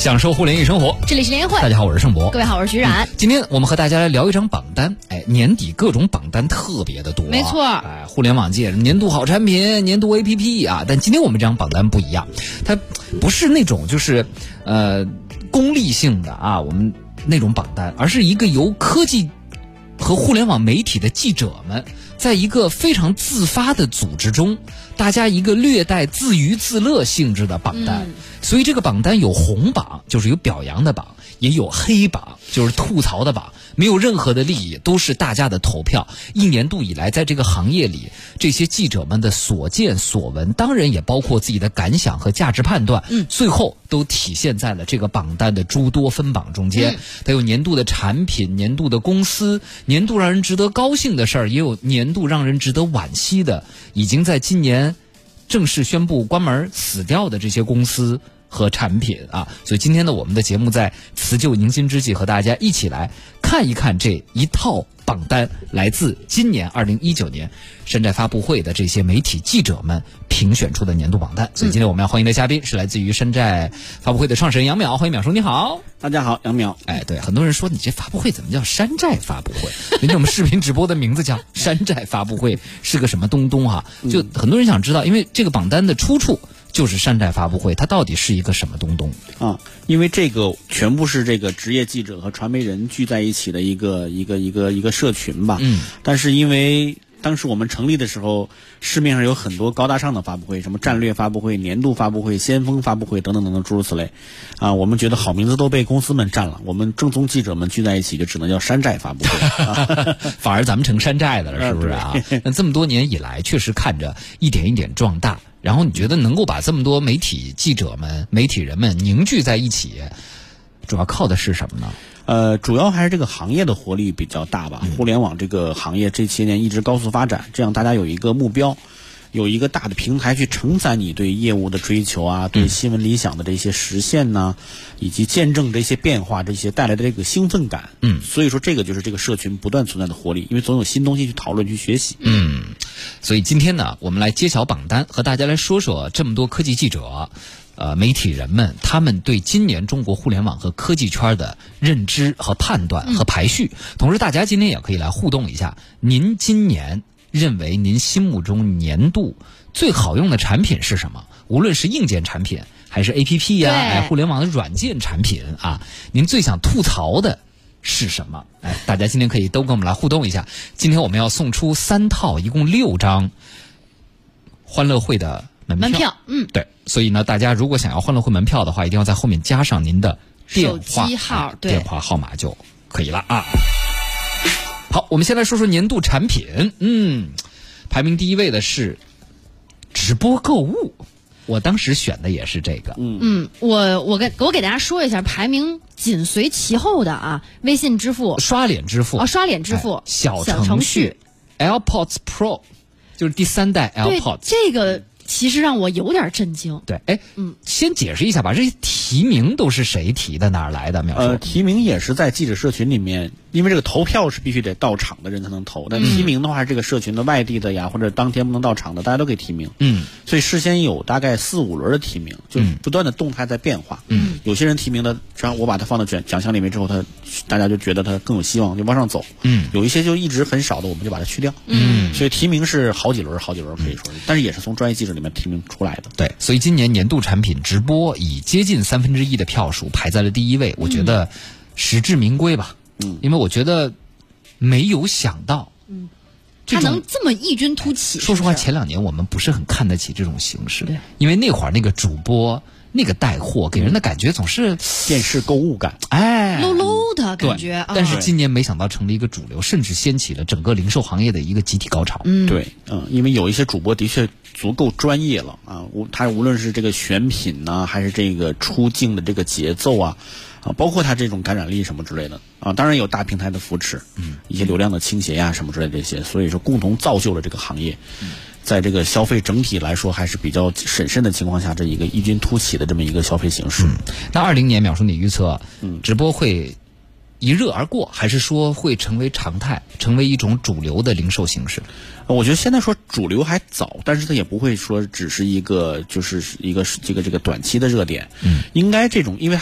享受互联易生活。 这里是联谊会， 大家好，我是盛博。 各位好，我是徐冉。 今天我们和大家来聊一张榜单。年底各种榜单特别的多， 没错。 互联网界年度好产品、年度 APP 啊，但今天我们这张榜单不一样，它不是那种就是功利性的啊，我们那种榜单，而是一个由科技和互联网媒体的记者们，在一个非常自发的组织中，大家一个略带自娱自乐性质的榜单。所以这个榜单有红榜，就是有表扬的榜，也有黑榜，就是吐槽的榜，没有任何的利益，都是大家的投票。一年度以来，在这个行业里，这些记者们的所见所闻，当然也包括自己的感想和价值判断，最后都体现在了这个榜单的诸多分榜中间。它有年度的产品、年度的公司、年度让人值得高兴的事儿，也有年度让人值得惋惜的，已经在今年正式宣布关门死掉的这些公司和产品啊。所以今天呢，我们的节目在辞旧迎新之际，和大家一起来看一看这一套榜单，来自今年2019年山寨发布会的这些媒体记者们评选出的年度榜单。所以今天我们要欢迎的嘉宾是来自于山寨发布会的创始人杨淼，欢迎淼叔，你好。 大家好，杨淼。 对，很多人说你这发布会怎么叫山寨发布会？人家我们视频直播的名字叫山寨发布会，是个什么东东啊？就很多人想知道，因为这个榜单的出处就是山寨发布会，它到底是一个什么东东啊？因为这个全部是这个职业记者和传媒人聚在一起的一个社群吧。但是因为当时我们成立的时候，市面上有很多高大上的发布会，什么战略发布会、年度发布会、先锋发布会等等等等诸如此类，我们觉得好名字都被公司们占了，我们正宗记者们聚在一起就只能叫山寨发布会， 反而咱们成山寨的了，是不是啊？那这么多年以来，确实看着一点一点壮大。然后你觉得能够把这么多媒体记者们、媒体人们凝聚在一起，主要靠的是什么呢？ 主要还是这个行业的活力比较大吧。互联网这个行业这些年一直高速发展，这样大家有一个目标，有一个大的平台去承载你对业务的追求啊，对新闻理想的这些实现呢，以及见证这些变化，这些带来的这个兴奋感。所以说这个就是这个社群不断存在的活力，因为总有新东西去讨论去学习。 所以今天呢，我们来揭晓榜单，和大家来说说这么多科技记者、媒体人们，他们对今年中国互联网和科技圈的认知和判断和排序。同时，大家今天也可以来互动一下，您今年认为您心目中年度最好用的产品是什么？无论是硬件产品还是 APP 呀，互联网的软件产品啊，您最想吐槽的是什么？大家今天可以都跟我们来互动一下。今天我们要送出3套，一共6张欢乐会的门票。对，所以呢，大家如果想要欢乐会门票的话，一定要在后面加上您的电话手机号， 电话号码就可以了啊。好，我们先来说说年度产品。排名第一位的是直播购物，我当时选的也是这个。 我给大家说一下，排名紧随其后的啊，微信支付、 刷脸支付、 刷脸支付、 小程序 AirPods Pro， 就是第3代 AirPods。 这个其实让我有点震惊。 对，先解释一下吧，这些提名都是谁提的，哪儿来的？淼叔？ 提名也是在记者社群里面，因为这个投票是必须得到场的人才能投，但提名的话，这个社群的外地的呀，或者当天不能到场的，大家都可以提名。所以事先有大概4、5轮的提名，就不断的动态在变化。有些人提名的，然后我把它放到奖项里面之后，大家就觉得它更有希望，就往上走。有一些就一直很少的，我们就把它去掉。所以提名是好几轮可以说，但是也是从专业记者里面提名出来的。 对，所以今年年度产品直播以接近1/3的票数排在了第1位，我觉得实至名归吧。因为我觉得没有想到， 他能这么异军突起。 说实话，前2年我们不是很看得起这种形式，因为那会儿那个主播、那个带货给人的感觉总是电视购物感 ，low low 的感觉。 但是今年没想到成了一个主流，甚至掀起了整个零售行业的一个集体高潮。 对，因为有一些主播的确足够专业了啊，他无论是这个选品呢，还是这个出镜的这个节奏啊，包括他这种感染力什么之类的啊，当然有大平台的扶持，一些流量的倾斜呀什么之类的这些，所以说共同造就了这个行业。在这个消费整体来说还是比较审慎的情况下，这一个异军突起的这么一个消费形式。 那20年淼叔，你预测直播会一热而过，还是说会成为常态，成为一种主流的零售形式？ 我觉得现在说主流还早，但是它也不会说只是一个就是一个这个短期的热点。应该这种，因为它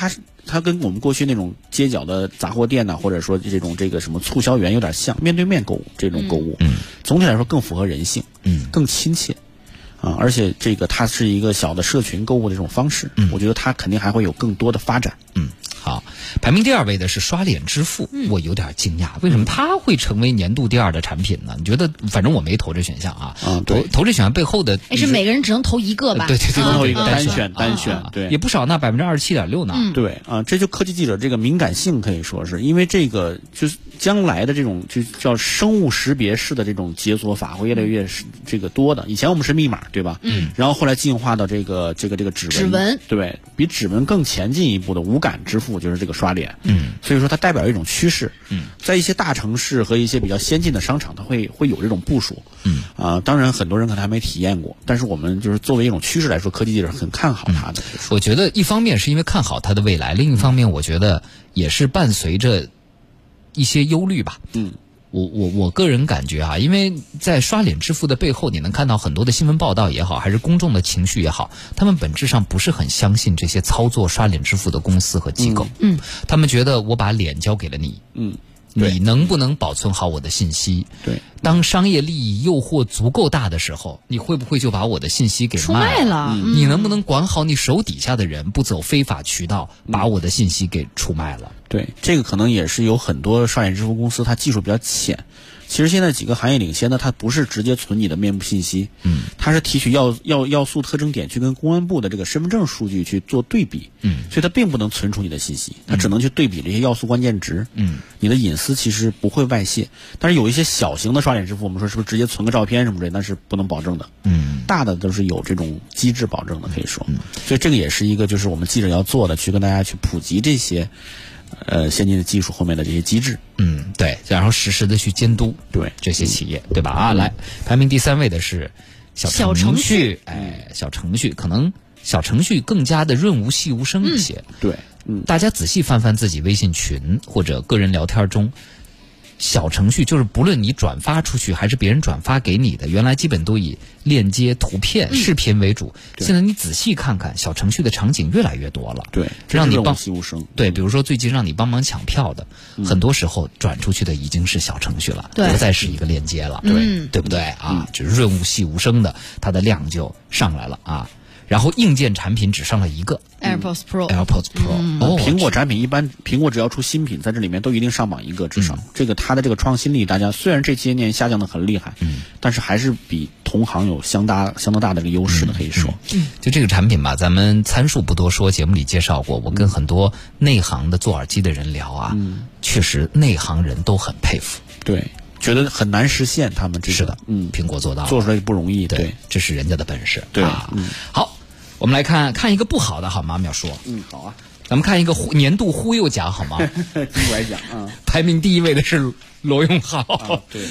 它跟我们过去那种街角的杂货店呐，或者说这个什么促销员有点像，面对面购物这种购物，总体来说更符合人性，更亲切。而且这个它是一个小的社群购物的这种方式，我觉得它肯定还会有更多的发展。 好，排名第2位的是刷脸支付，我有点惊讶，为什么它会成为年度第2的产品呢？你觉得？反正我没投这选项啊。投这选项背后的是每个人只能投一个吧？ 对， 只能投一个单选，对， 也不少呢，27.6%呢。 对这就科技记者这个敏感性可以说是因为这个就是将来的这种就叫生物识别式的这种解锁法会越来越这个多的。以前我们是密码，对吧？然后后来进化到这个指纹，对，比指纹更前进一步的无感支付。就是这个刷脸，所以说它代表一种趋势，在一些大城市和一些比较先进的商场，它会有这种部署，当然很多人可能还没体验过，但是我们就是作为一种趋势来说，科技记者很看好它的。 我觉得一方面是因为看好它的未来，另一方面我觉得也是伴随着一些忧虑吧。我个人感觉因为在刷脸支付的背后，你能看到很多的新闻报道也好，还是公众的情绪也好，他们本质上不是很相信这些操作刷脸支付的公司和机构。他们觉得我把脸交给了你，你能不能保存好我的信息？ 对， 当商业利益诱惑足够大的时候，你会不会就把我的信息给出卖了？ 你能不能管好你手底下的人，不走非法渠道，把我的信息给出卖了？ 对，这个可能也是有很多刷脸支付公司，它技术比较浅。其实现在几个行业领先的，它不是直接存你的面部信息，它是提取要素特征点去跟公安部的这个身份证数据去做对比，所以它并不能存储你的信息，它只能去对比这些要素关键值，你的隐私其实不会外泄。但是有一些小型的刷脸支付，我们说是不是直接存个照片什么之类，那是不能保证的，大的都是有这种机制保证的，可以说，所以这个也是一个就是我们记者要做的，去跟大家去普及这些。先进的技术后面的这些机制， 对，然后实时的去监督， 对这些企业，对吧？来，排名第3位的是小程序，小程序可能小程序更加的润物细无声一些， 对， 大家仔细翻翻自己微信群或者个人聊天中。小程序就是不论你转发出去还是别人转发给你的，原来基本都以链接、图片、视频为主。现在你仔细看看，小程序的场景越来越多了。 对， 让你帮对， 比如说最近让你帮忙抢票的，很多时候转出去的已经是小程序了，不再是一个链接了。对不对啊？就是润物细无声的，它的量就上来了啊。然后硬件产品只上了一个 AirPods Pro， 苹果产品一般，苹果只要出新品，在这里面都一定上榜一个至少。这个它的这个创新力，大家虽然这些年下降的很厉害，但是还是比同行有相当大的一个优势的，可以说。 就这个产品吧，咱们参数不多说，节目里介绍过，我跟很多内行的做耳机的人聊确实内行人都很佩服。 对。觉得很难实现，他们这个是的，苹果做到了， 做出来不容易， 对，这是人家的本事， 对好，我们来看一个不好的，好吗？淼叔， 好啊， 咱们看一个年度忽悠奖，好吗？ 金拐奖排名第1位的是罗永浩， 对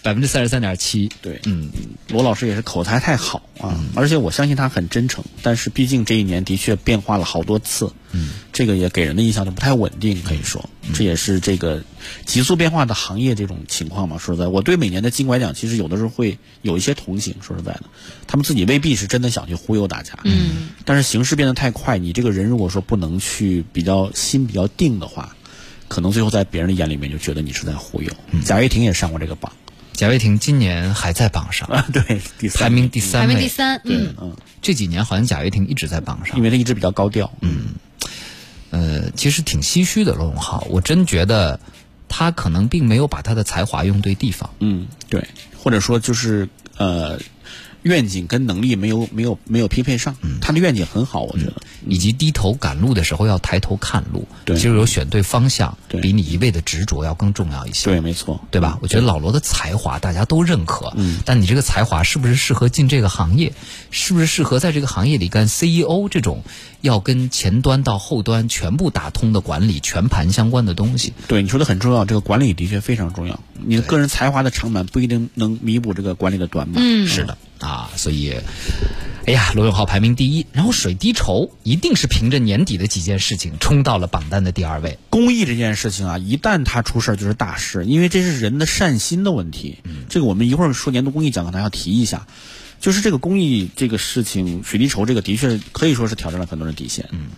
，33.7%， 对，罗老师也是口才太好而且我相信他很真诚，但是毕竟这一年的确变化了好多次，这个也给人的印象就不太稳定，可以说，这也是这个急速变化的行业这种情况嘛。说实在，我对每年的金拐奖其实有的时候会有一些同情，说实在的，他们自己未必是真的想去忽悠大家，但是形势变得太快，你这个人如果说不能去比较定的话，可能最后在别人的眼里面就觉得你是在忽悠。贾跃亭也上过这个榜。 贾跃亭今年还在榜上对， 排名第3位， 排名第3， 这几年好像贾跃亭一直在榜上， 因为他一直比较高调， 其实挺唏嘘的罗永浩，我真觉得他可能并没有把他的才华用对地方， 对，或者说就是愿景跟能力没有匹配上，他的愿景很好，我觉得， 以及低头赶路的时候要抬头看路， 对， 其实有选对方向，比你一味的执着要更重要一些， 对，没错， 对吧？我觉得老罗的才华大家都认可，但你这个才华是不是适合进这个行业？是不是适合在这个行业里干 CEO 这种要跟前端到后端全部打通的管理全盘相关的东西？ 对，你说的很重要，这个管理的确非常重要，你的个人才华的长板不一定能弥补这个管理的短板， 是的。所以，哎呀，罗永浩排名第1，然后水滴筹一定是凭着年底的几件事情冲到了榜单的第2位。 公益这件事情一旦它出事就是大事，因为这是人的善心的问题。这个我们一会儿说年度公益奖，可能要提一下，就是这个公益这个事情，水滴筹这个的确可以说是挑战了很多人底线。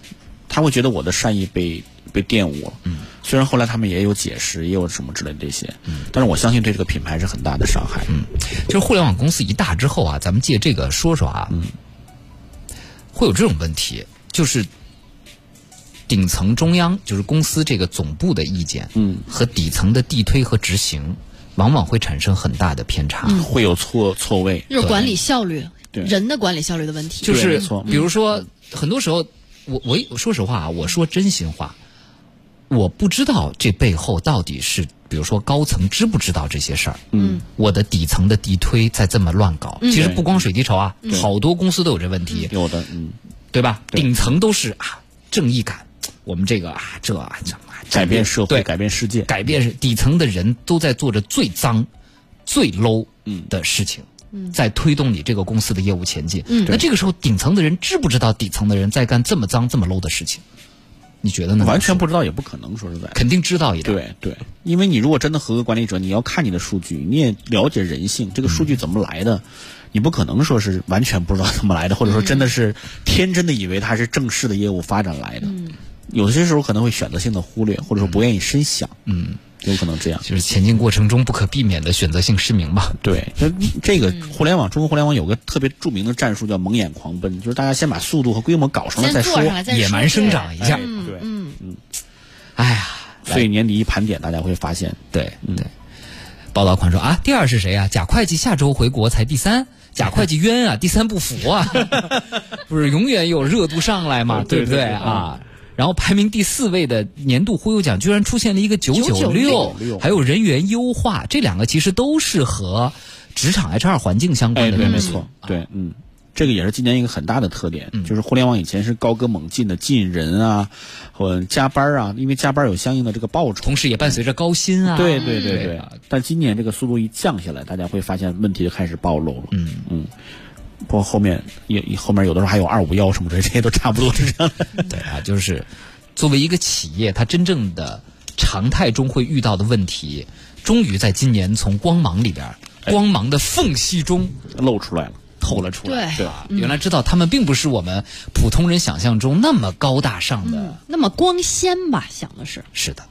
他会觉得我的善意被玷污了。虽然后来他们也有解释，也有什么之类的这些，但是我相信对这个品牌是很大的伤害。 就是互联网公司一大之后啊，咱们借这个说说啊，会有这种问题，就是顶层中央，就是公司这个总部的意见，和底层的地推和执行，往往会产生很大的偏差， 会有错位， 就是管理效率， 对人的管理效率的问题。 就是比如说，很多时候，我说实话啊，我说真心话。我不知道这背后到底是，比如说高层知不知道这些事儿？我的底层的地推在这么乱搞，其实不光水滴筹啊，好多公司都有这问题， 有的， 对吧？顶层都是正义感，我们这个改变社会，改变世界， 底层的人都在做着最脏、最 low 的事情，在推动你这个公司的业务前进。那这个时候，顶层的人知不知道底层的人在干这么脏、这么 low 的事情？你觉得呢？ 完全不知道也不可能，说实在， 肯定知道一点。 对，因为你如果真的合格管理者，你要看你的数据，你也了解人性，这个数据怎么来的，你不可能说是完全不知道怎么来的，或者说真的是天真的以为它是正式的业务发展来的。有些时候可能会选择性的忽略，或者说不愿意深想。有可能这样， 就是前进过程中不可避免的选择性失明吧。 对，这个中国互联网有个特别著名的战术叫蒙眼狂奔，就是大家先把速度和规模搞上来再说， 野蛮生长一下。 对， 哎呀， 所以年底一盘点，大家会发现， 对。报道款说啊，第二是谁啊？贾会计下周回国才第三，贾会计冤啊，第三不服啊，不是永远有热度上来嘛，对不对啊？然后排名第4位的年度忽悠奖居然出现了一个996，还有人员优化，这两个其实都是和职场 HR 环境相关的。 对，没错，对，这个也是今年一个很大的特点，就是互联网以前是高歌猛进的进人啊，或加班啊，因为加班有相应的这个报酬， 同时也伴随着高薪啊。 对。但今年这个速度一降下来，大家会发现问题就开始暴露了。包括后面有的时候还有251什么之类，这些都差不多是这样的。 对啊，就是作为一个企业，它真正的常态中会遇到的问题，终于在今年从光芒里边、光芒的缝隙中露出来了。 透了出来， 对吧？原来知道他们并不是我们普通人想象中那么高大上的， 那么光鲜吧？想的是的，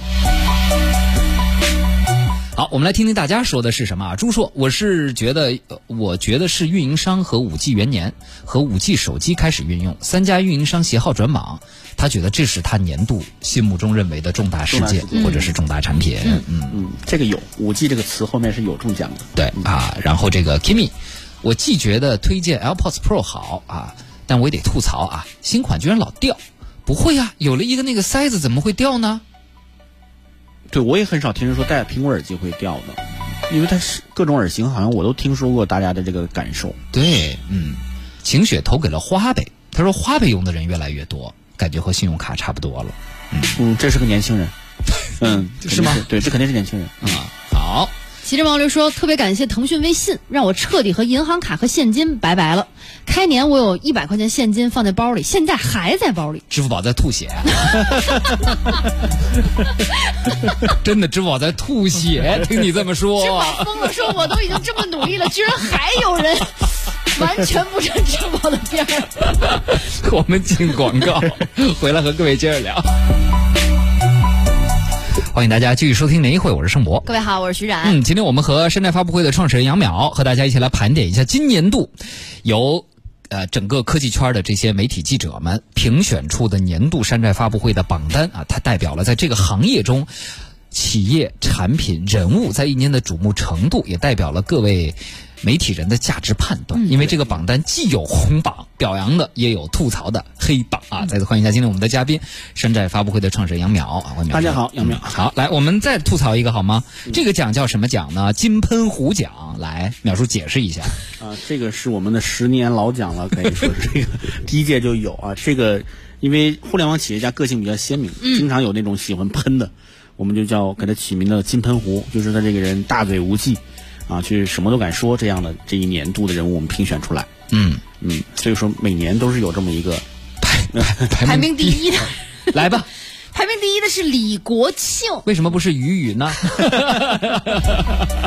好，我们来听听大家说的是什么啊？朱硕，我觉得是运营商和5G 元年和5G 手机开始运用，3家运营商携号转网，他觉得这是他年度心目中认为的重大事件或者是重大产品。 这个有 5G 这个词后面是有中奖的。 对啊，然后这个 Kimi。我既觉得推荐 AirPods Pro 好啊，但我也得吐槽啊，新款居然老掉。不会啊，有了一个那个塞子怎么会掉呢？ 对，我也很少听人说戴苹果耳机会掉的，因为它是各种耳型好像我都听说过大家的这个感受。 对，晴雪投给了花呗，他说花呗用的人越来越多，感觉和信用卡差不多了。 这是个年轻人。 是吗？ 对，这肯定是年轻人啊。好。 骑着毛驴说，特别感谢腾讯微信，让我彻底和银行卡和现金拜拜了。开年我有100块钱现金放在包里，现在还在包里。 支付宝在吐血。真的，支付宝在吐血。听你这么说， 支付宝疯了，说我都已经这么努力了，居然还有人完全不沾支付宝的边儿。 我们进广告，回来和各位接着聊。欢迎大家继续收听联谊会，我是盛博。 各位好，我是徐冉。 今天我们和山寨发布会的创始人杨淼和大家一起来盘点一下今年度由整个科技圈的这些媒体记者们评选出的年度山寨发布会的榜单啊，它代表了在这个行业中企业、产品、人物在一年的瞩目程度，也代表了各位媒体人的价值判断。因为这个榜单既有红榜表扬的，也有吐槽的黑榜啊。再次欢迎一下今天我们的嘉宾，山寨发布会的创始人杨淼啊。 大家好，杨淼。 好，来我们再吐槽一个好吗？这个奖叫什么奖呢？金喷壶奖。来，淼叔解释一下。 这个是我们的10年老奖了，可以说是这个第一届就有啊。这个因为互联网企业家个性比较鲜明，经常有那种喜欢喷的，我们就叫给他起名的金喷壶，就是他这个人大嘴无忌啊，去什么都敢说，这样的这一年度的人物我们评选出来。所以说每年都是有这么一个排名第一的。 来吧。 排名第一的是李国庆。 为什么不是于宇呢？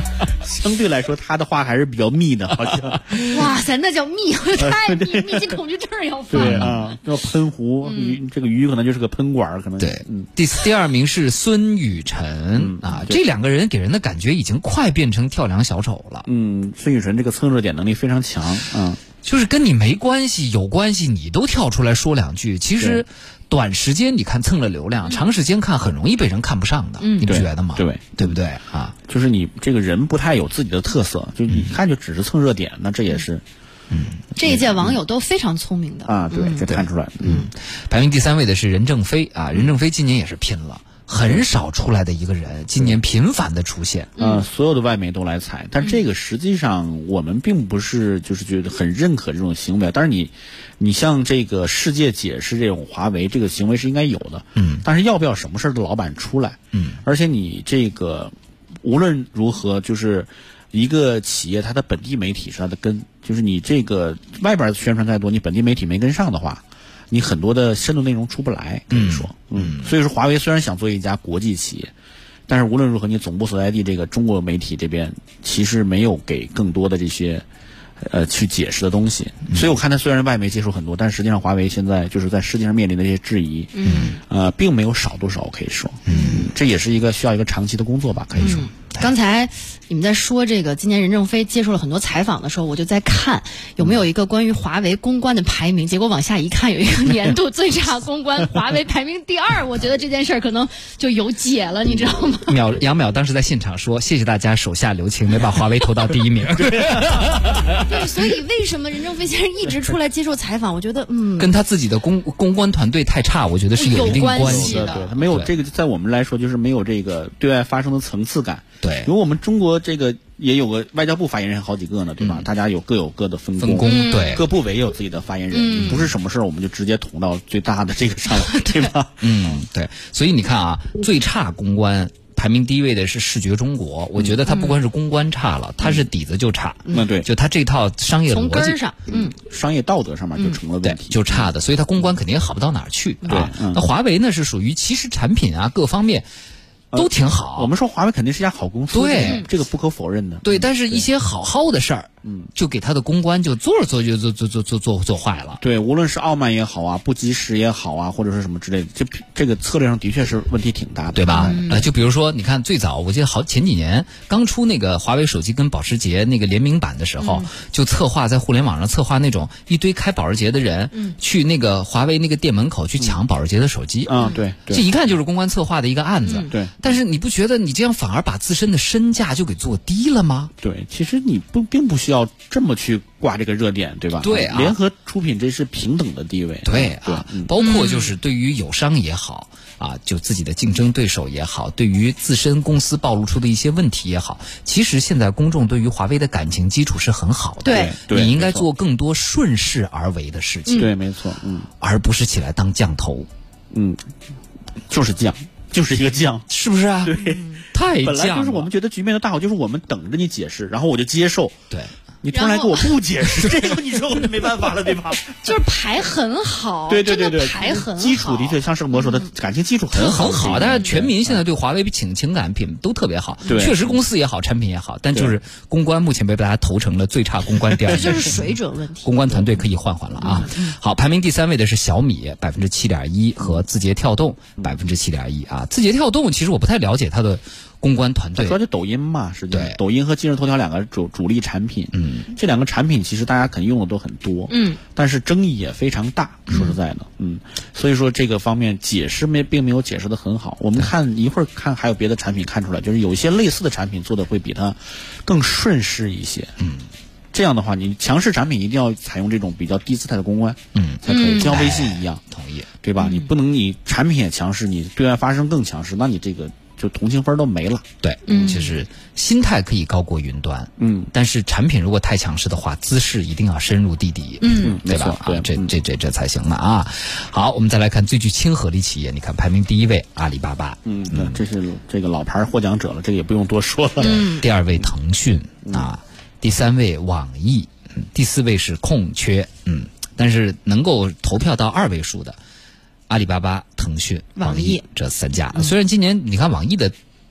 相对来说他的话还是比较密的，好像。 哇塞，那叫密，太密，密集恐惧症要犯了。 对啊，叫喷壶，这个鱼可能就是个喷管，可能。 对，第二名是孙雨晨啊，这两个人给人的感觉已经快变成跳梁小丑了。 孙雨晨这个蹭热点能力非常强， 就是跟你没关系，有关系你都跳出来说两句，其实短时间你看蹭了流量，长时间看很容易被人看不上的，你不觉得吗？对不对啊？ 就是你这个人不太有自己的特色，就一看就只是蹭热点，那这也是。 这一届网友都非常聪明的啊，对，这看出来。 排名第3位的是任正非啊，任正非今年也是拼了。很少出来的一个人，今年频繁的出现。 所有的外媒都来采，但这个实际上我们并不是就是觉得很认可这种行为。但是你像这个世界解释这种华为这个行为是应该有的。但是要不要什么事儿的老板出来？而且你这个无论如何，就是一个企业它的本地媒体是它的根，就是你这个外边宣传再多，你本地媒体没跟上的话，你很多的深度内容出不来，可以说，所以说华为虽然想做一家国际企业，但是无论如何，你总部所在地这个中国媒体这边其实没有给更多的这些去解释的东西，所以我看它虽然外媒接触很多，但实际上华为现在就是在世界上面临的这些质疑，并没有少多少，可以说，这也是一个需要一个长期的工作吧，可以说。 刚才你们在说这个今年任正非接受了很多采访的时候，我就在看有没有一个关于华为公关的排名，结果往下一看有一个年度最差公关，华为排名第2，我觉得这件事儿可能就有解了，你知道吗？ 杨淼当时在现场说：“谢谢大家手下留情，没把华为投到第1名。” 对，所以为什么任正非先生一直出来接受采访？我觉得跟他自己的公关团队太差，我觉得是有一定关系的。 对，他没有这个，在我们来说就是没有这个对外发声的层次感。 对， 因为我们中国这个也有个外交部发言人好几个呢，对吧？大家各有各的分工， 对， 各部委也有自己的发言人，不是什么事儿我们就直接捅到最大的这个上来，对吧？ 对，所以你看啊，最差公关排名第1位的是视觉中国，我觉得它不光是公关差了，它是底子就差。 对， 就它这套商业逻辑从根上， 商业道德上面就成了问题， 就差的，所以它公关肯定也好不到哪儿去。 对， 那华为呢是属于其实产品啊各方面都挺好。 我们说华为肯定是一家好公司， 对， 这个不可否认的。 对，但是一些好的事儿，就给他的公关就做坏了。 对，无论是傲慢也好啊，不及时也好啊，或者是什么之类的，这个策略上的确是问题挺大的， 对吧？就比如说，你看最早我记得前几年刚出那个华为手机跟保时捷那个联名版的时候，就策划在互联网上策划那种一堆开保时捷的人去那个华为那个店门口去抢保时捷的手机。 对， 这一看就是公关策划的一个案子。 对。 但是你不觉得你这样反而把自身的身价就给做低了吗？ 对，其实你并不需要这么去挂这个热点，对吧？ 对啊， 联合出品这是平等的地位。 对啊，包括就是对于友商也好啊，就自己的竞争对手也好，对于自身公司暴露出的一些问题也好，其实现在公众对于华为的感情基础是很好的。 对， 你应该做更多顺势而为的事情。 对，没错， 而不是起来当降头。 就是降。就是一个降， 是不是啊？ 对， 太降了。 本来就是我们觉得局面的大好，就是我们等着你解释，然后我就接受。 对， 你突然来给我不解释，这个你说我就没办法了，对吧？ 就是排很好， 对， 排很好， 基础的确像盛博说的，感情基础很好， 但是全民现在对华为情感品都特别好，确实公司也好，产品也好，但就是公关目前被大家投成了最差公关第2名， 就是水准问题。 公关团队可以换了啊。好，排名第3位的是小米7.1%和字节跳动7.1%啊。字节跳动其实我不太了解它的公关团队， 主要就抖音嘛，实际上抖音和今日头条2个主力产品，这2个产品其实大家肯定用的都很多，但是争议也非常大，说实在的，所以说这个方面解释并没有解释的很好。我们看一会儿看还有别的产品看出来，就是有一些类似的产品做的会比它更顺势一些，这样的话，你强势产品一定要采用这种比较低姿态的公关，才可以，就像微信一样， 同意， 对吧？你不能你产品也强势，你对外发声更强势，那你这个就同情分都没了。 对，就是心态可以高过云端，但是产品如果太强势的话，姿势一定要深入地底，对吧？ 对， 这才行了啊。好，我们再来看最具亲和力企业，你看排名第1位阿里巴巴， 这是这个老牌获奖者了，这个也不用多说了。 第2位腾讯啊，第3位网易，第4位是空缺，但是能够投票到2位数的，阿里巴巴、腾讯、网易这3家。虽然今年你看网易的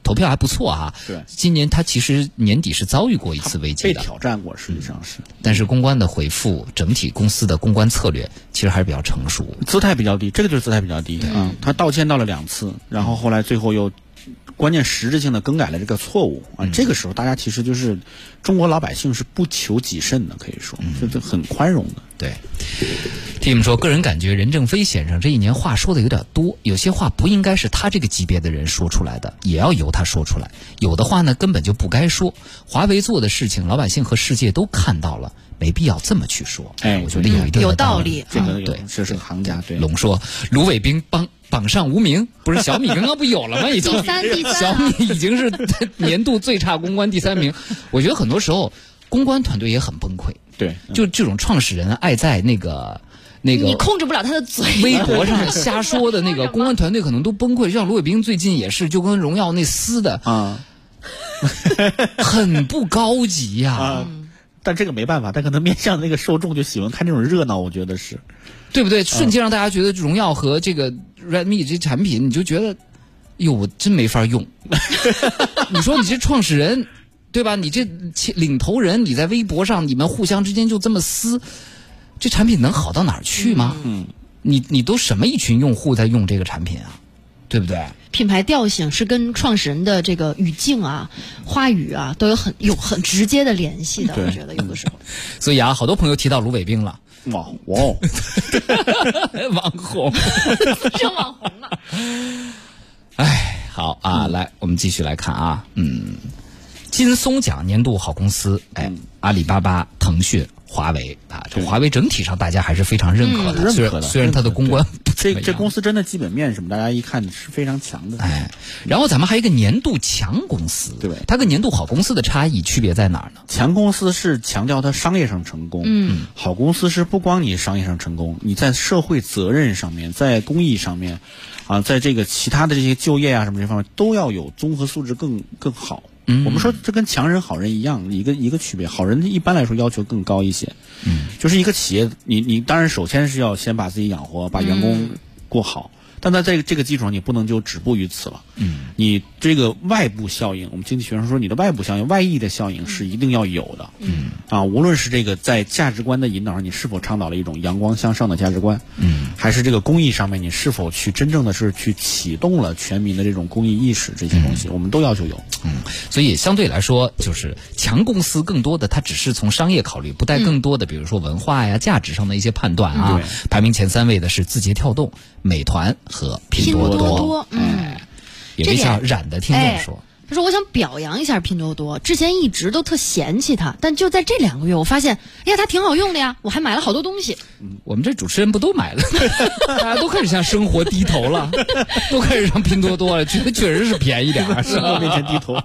投票还不错啊。 对， 今年它其实年底是遭遇过一次危机的， 被挑战过，实际上是。 但是公关的回复，整体公司的公关策略其实还是比较成熟， 姿态比较低，这个就是姿态比较低。他道歉道了2次，然后后来最后又关键实质性的更改了这个错误啊。这个时候大家其实就是中国老百姓是不求己甚的，可以说这很宽容的。 对。Tim 说，个人感觉任正非先生这一年话说的有点多，有些话不应该是他这个级别的人说出来的，也要由他说出来。有的话呢，根本就不该说。华为做的事情，老百姓和世界都看到了，没必要这么去说。我觉得有一定的道理。 这个对， 这是个行家。对。 龙说，卢伟冰榜上无名，不是小米刚刚不有了吗？已经第三小米已经是年度最差公关第3名。我觉得很多时候公关团队也很崩溃。 对， 就这种创始人爱在那个你控制不了他的嘴， 微博上瞎说的那个公关团队可能都崩溃。像卢伟冰最近也是，就跟荣耀那撕的啊， 很不高级呀。 但这个没办法，他可能面向那个受众就喜欢看这种热闹，我觉得是， 对不对？瞬间让大家觉得荣耀和这个 Redmi 这产品，你就觉得，哟，我真没法用。你说你这创始人，对吧？你这领头人，你在微博上你们互相之间就这么撕，这产品能好到哪儿去吗？你都什么一群用户在用这个产品啊？对不对？ 品牌调性是跟创始人的这个语境啊、话语啊都有很直接的联系的。我觉得有的时候， 所以啊，好多朋友提到卢伟冰了， 哇， 网红， 真网红了。 哎，好啊，来，我们继续来看啊，金松奖年度好公司，阿里巴巴、腾讯、华为啊，这华为整体上大家还是非常认可的，虽然它的公关这公司真的基本面什么，大家一看是非常强的。 然后咱们还有一个年度强公司，对，它跟年度好公司的差异区别在哪儿呢？ 强公司是强调它商业上成功，好公司是不光你商业上成功，你在社会责任上面，在公益上面，在这个其他的这些就业啊什么这方面都要有综合素质更好。我们说这跟强人好人一样，一个区别。好人一般来说要求更高一些，就是一个企业，你当然首先是要先把自己养活，把员工过好。但在这个基础上，你不能就止步于此了。你这个外部效应，我们经济学上说，你的外部效应、外溢的效应是一定要有的。无论是这个在价值观的引导上，你是否倡导了一种阳光向上的价值观，还是这个公益上面，你是否去真正的是去启动了全民的这种公益意识，这些东西我们都要求有。 所以相对来说，就是强公司更多的它只是从商业考虑，不带更多的比如说文化呀、价值上的一些判断啊。排名前3位的是字节跳动、美团和拼多多。有一小冉的听众说， 他说我想表扬一下拼多多，之前一直都特嫌弃它，但就在这2个月我发现，哎呀，它挺好用的呀，我还买了好多东西。 我们这主持人不都买了？大家都开始向生活低头了，都开始上拼多多了，觉得确实是便宜点， 生活面前低头。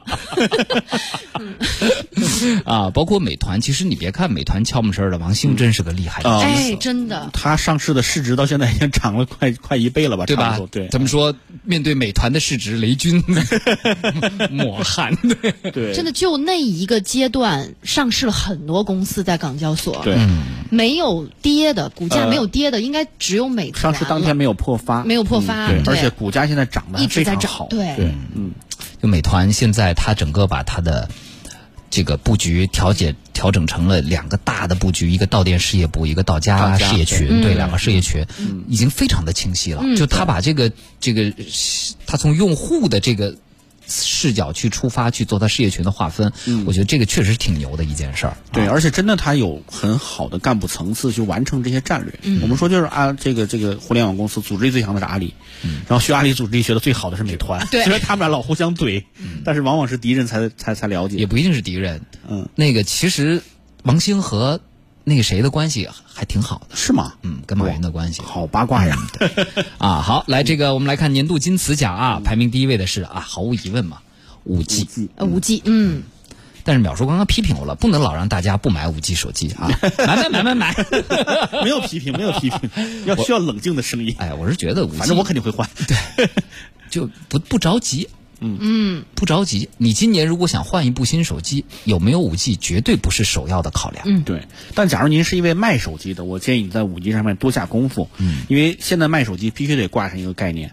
包括美团，其实你别看美团悄没声的，王兴真是个厉害的真的， 他上市的市值到现在已经涨了快1倍了吧？ 对吧？ 对， 咱们说面对美团的市值，雷军抹汗。 对， 真的就那一个阶段，上市了很多公司在港交所， 对， 没有跌的，股价没有跌的，应该只有美团。 上市当天没有破发， 对， 而且股价现在涨得非常好， 对， 就美团现在它整个把它的这个布局调整成了2个大的布局，一个到店事业部，一个到家事业群，对，2个事业群已经非常的清晰了。就他把这个他从用户的这个视角去出发，去做他事业群的划分，我觉得这个确实挺牛的一件事儿。 对，而且真的他有很好的干部层次去完成这些战略。我们说就是这个互联网公司组织力最强的是阿里，然后学阿里组织力学的最好的是美团。虽然他们俩老互相怼，但是往往是敌人才了解， 也不一定是敌人。那个其实王兴和那个谁的关系还挺好的， 是吗？ 跟马云的关系好八卦呀。 好，来这个我们来看年度金瓷奖啊，排名第1位的是毫无疑问嘛，5G，但是淼叔刚刚批评我了，不能老让大家不买5G 手机啊，买， 没有批评，需要冷静的声音。 我是觉得5G， 反正我肯定会换， 对，就不着急。不着急。你今年如果想换一部新手机，有没有5G绝对不是首要的考量。 对。但假如您是一位卖手机的，我建议你在5G 上面多下功夫。因为现在卖手机必须得挂上一个概念，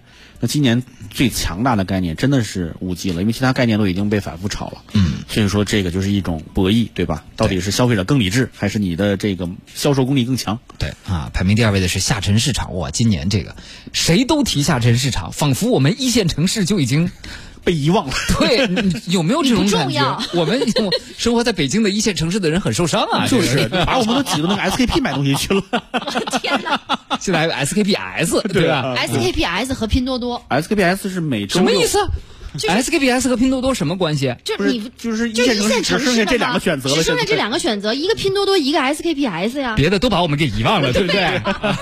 那今年最强大的概念真的是5G 了，因为其他概念都已经被反复炒了。所以说这个就是一种博弈，对吧？到底是消费者更理智，还是你的这个销售功力更强？ 对啊，排名第2位的是下沉市场。哇，今年这个谁都提下沉市场，仿佛我们1线城市就已经被遗忘了。 对，有没有这种感觉？我们生活在北京的1线城市的人很受伤啊， 就是把我们都挤到那个 SKP 买东西去了。 天哪！ 现在还有 SKPS 对吧 ？SKPS 和拼多多 ，SKPS 是每周什么意思？SKPS 和拼多多什么关系？ 就是1线城市只剩下这2个选择了， 只剩下这2个选择，一个拼多多，一个 SKPS 呀。 别的都把我们给遗忘了，对不对？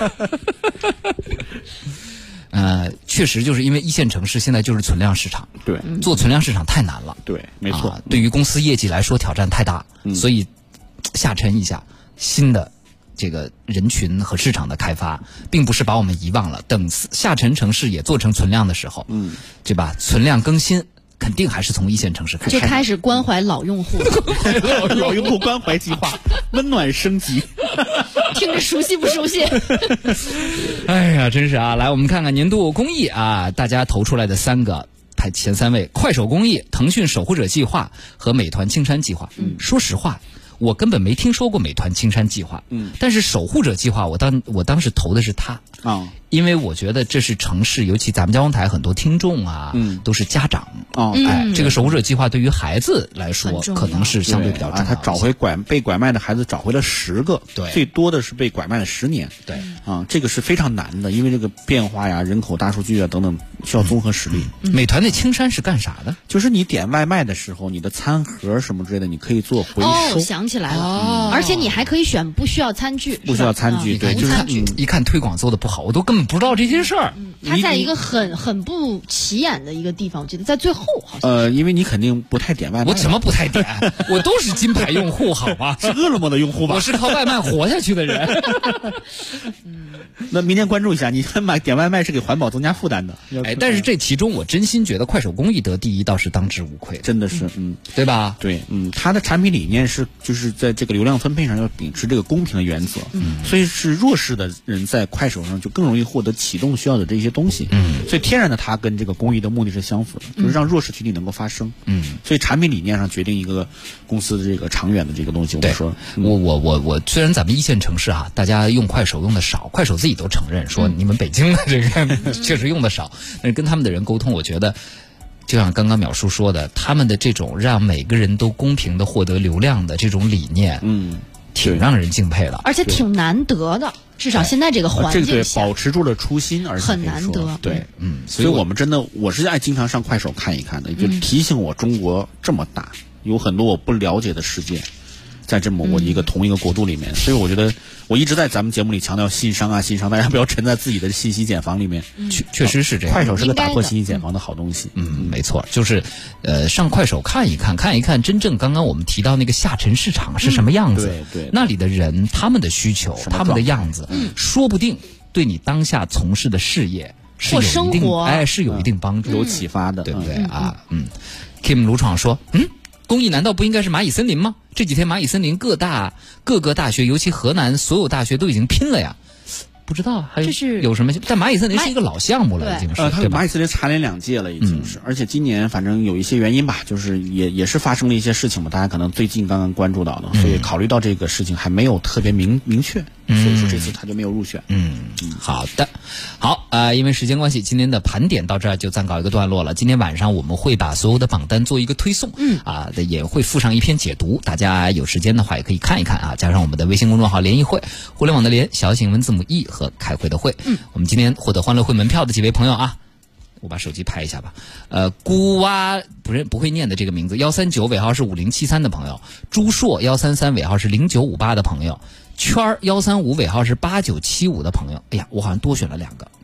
确实就是因为1线城市现在就是存量市场， 对， 做存量市场太难了， 对，没错， 对于公司业绩来说挑战太大，所以下沉一下，新的这个人群和市场的开发，并不是把我们遗忘了。等下沉城市也做成存量的时候，对吧？存量更新肯定还是从1线城市开始， 就开始关怀老用户， 老用户关怀计划，温暖升级。 听着熟悉不熟悉？ 哎呀，真是啊！来，我们看看年度公益啊，大家投出来的3个排前3位：快手公益、腾讯守护者计划和美团青山计划。说实话，我根本没听说过美团青山计划。但是守护者计划，我当时投的是它啊。因为我觉得这是城市，尤其咱们交通台很多听众啊，都是家长这个守护者计划对于孩子来说，可能是相对比较重要。 他找回被拐卖的孩子找回了10个， 对， 最多的是被拐卖了10年， 对这个是非常难的，因为这个变化呀、人口大数据啊等等，需要综合实力。 美团的青山是干啥的？ 就是你点外卖的时候，你的餐盒什么之类的，你可以做回收。 想起来了，而且你还可以选不需要餐具， 不需要餐具，对，就是一看推广做的不好，我都根本不知道这些事儿。 它在一个很不起眼的一个地方，我记得在最后好像。 因为你肯定不太点外卖。 我怎么不太点？我都是金牌用户，好吗？ 是饿了么的用户吧？ 我是靠外卖活下去的人。 那明天关注一下，你点外卖是给环保增加负担的。 但是这其中我真心觉得快手公益得第1倒是当之无愧， 真的是， 对吧？ 对，它的产品理念是就是在这个流量分配上要秉持这个公平的原则，所以是弱势的人在快手上就更容易获得启动需要的这些东西，所以天然的它跟这个公益的目的是相符的，就是让弱势群体能够发声，所以产品理念上决定一个公司的这个长远的这个东西。 我虽然咱们1线城市啊，大家用快手用的少，快手自己都承认说你们北京的这个确实用的少，但是跟他们的人沟通，我觉得就像刚刚淼叔说的，他们的这种让每个人都公平的获得流量的这种理念，挺让人敬佩的， 而且挺难得的。至少现在这个环境下， 保持住了初心，而且很难得。 对，所以我们真的，我是爱经常上快手看一看的，就提醒我中国这么大，有很多我不了解的世界，在这么同一个国度里面，所以我觉得我一直在咱们节目里强调信商，大家不要沉在自己的信息茧房里面。 确实是这样， 快手是个打破信息茧房的好东西。 没错，就是上快手看一看，真正刚刚我们提到那个下沉市场是什么样子， 对， 那里的人他们的需求，他们的样子，说不定对你当下从事的事业是有一定是有一定帮助， 有启发的， 对不对啊？Kim 卢闯说，公益难道不应该是蚂蚁森林吗？这几天蚂蚁森林各个大学，尤其河南所有大学都已经拼了呀。不知道还有什么？但蚂蚁森林是一个老项目了，已经是。 它蚂蚁森林蝉联2届了，已经是。而且今年反正有一些原因吧，就是也是发生了一些事情嘛，大家可能最近刚刚关注到的，所以考虑到这个事情还没有特别明确，所以说这次他就没有入选。 好的，好因为时间关系，今天的盘点到这儿就暂告一个段落了。今天晚上我们会把所有的榜单做一个推送，也会附上一篇解读，大家有时间的话也可以看一看啊。加上我们的微信公众号联谊会，互联网的联，小写文字母 E 和开会的会。我们今天获得欢乐会门票的几位朋友啊，我把手机拍一下吧。孤蛙不会念的这个名字，139尾号是5073的朋友，朱硕133尾号是0958的朋友，圈儿135尾号是8975的朋友。哎呀，我好像多选了2个。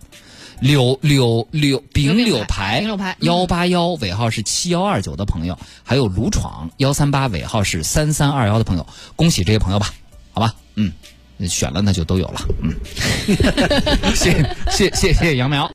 丙柳牌181尾号是7129的朋友，还有卢闯138尾号是3321的朋友，恭喜这些朋友吧，好吧，选了那就都有了，谢谢杨苗。